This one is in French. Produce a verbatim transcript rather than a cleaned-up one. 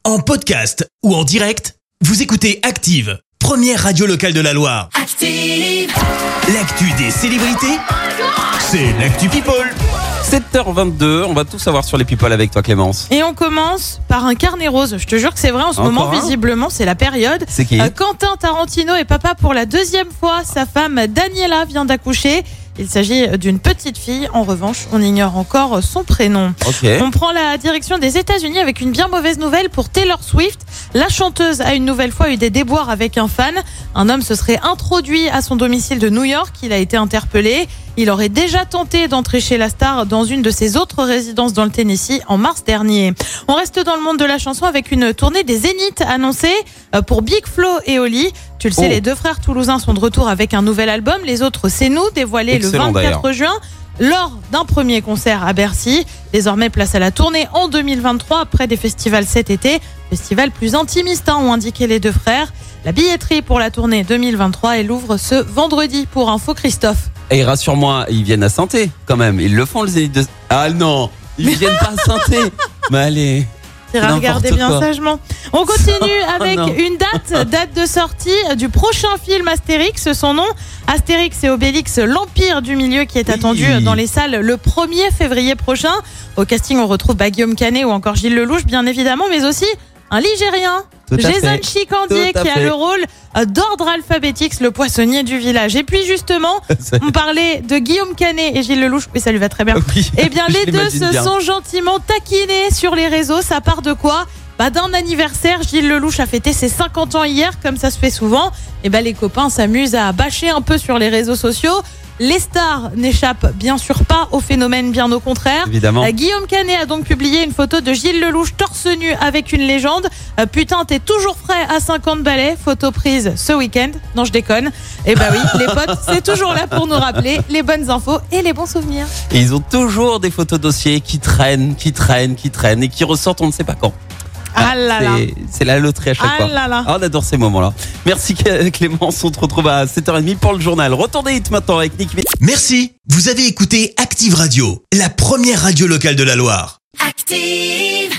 En podcast ou en direct, vous écoutez Active, première radio locale de la Loire. Active! L'actu des célébrités, c'est l'actu People. sept heures vingt-deux, on va tout savoir sur les people avec toi Clémence. Et on commence par un carnet rose. Je te jure que c'est vrai, en ce Encore moment, un visiblement, c'est la période. C'est qui Euh, Quentin Tarantino est papa pour la deuxième fois. Sa femme Daniela vient d'accoucher. Il s'agit d'une petite fille. En revanche, on ignore encore son prénom. Ok. On prend la direction des États-Unis avec une bien mauvaise nouvelle pour Taylor Swift. La chanteuse a une nouvelle fois eu des déboires avec un fan. Un homme se serait introduit à son domicile de New York. Il a été interpellé. Il aurait déjà tenté d'entrer chez la star dans une de ses autres résidences dans le Tennessee en mars dernier. On reste dans le monde de la chanson avec une tournée des Zéniths annoncée pour Big Flo et Oli. Tu le sais, Oh. les deux frères toulousains sont de retour avec un nouvel album. Les autres, c'est nous, dévoilé Excellent, le vingt-quatre juin. Lors d'un premier concert à Bercy. Désormais, place à la tournée en deux mille vingt-trois après des festivals cet été. Festival plus intimiste, hein, ont indiqué les deux frères. La billetterie pour la tournée deux mille vingt-trois, elle ouvre ce vendredi pour Info Christophe. Et rassure-moi, ils viennent à Saint-Étienne quand même. Ils le font le Zénith de... Ah non, ils viennent pas à Saint-Étienne. Mais allez. Tu iras regarder bien quoi. sagement. On continue avec non. une date, date de sortie du prochain film Astérix. Son nom, Astérix et Obélix, l'Empire du Milieu, qui est Oui. attendu dans les salles le premier février prochain. Au casting, on retrouve bah, Guillaume Canet ou encore Gilles Lelouch, bien évidemment, mais aussi un Ligérien, Tout à Jason fait. Chicandier, Tout à qui a fait. le rôle d'ordre alphabétique, le poissonnier du village. Et puis justement, on parlait de Guillaume Canet et Gilles Lelouch, mais ça lui va très bien. Oui, Eh bien, je les deux l'imagine se bien. sont gentiment taquinés sur les réseaux. Ça part de quoi ? Bah, d'un anniversaire. Gilles Lelouch a fêté ses cinquante ans hier, comme ça se fait souvent. Et ben, les copains s'amusent à bâcher un peu sur les réseaux sociaux. Les stars n'échappent bien sûr pas au phénomène, bien au contraire. Évidemment. Euh, Guillaume Canet a donc publié une photo de Gilles Lelouch torse nu avec une légende. Euh, putain, t'es toujours frais à cinquante balais. Photo prise ce week-end. Non, je déconne. Et bah oui, les potes, c'est toujours là pour nous rappeler les bonnes infos et les bons souvenirs. Et ils ont toujours des photos dossiers qui traînent, qui traînent, qui traînent et qui ressortent on ne sait pas quand. Ah là là. C'est- C'est la loterie à chaque Ah fois. là là. Ah, on adore ces moments-là. Merci Clémence, on te retrouve à sept heures trente pour le journal. Retour des hits maintenant avec Nick. Merci, vous avez écouté Active Radio, la première radio locale de la Loire. Active.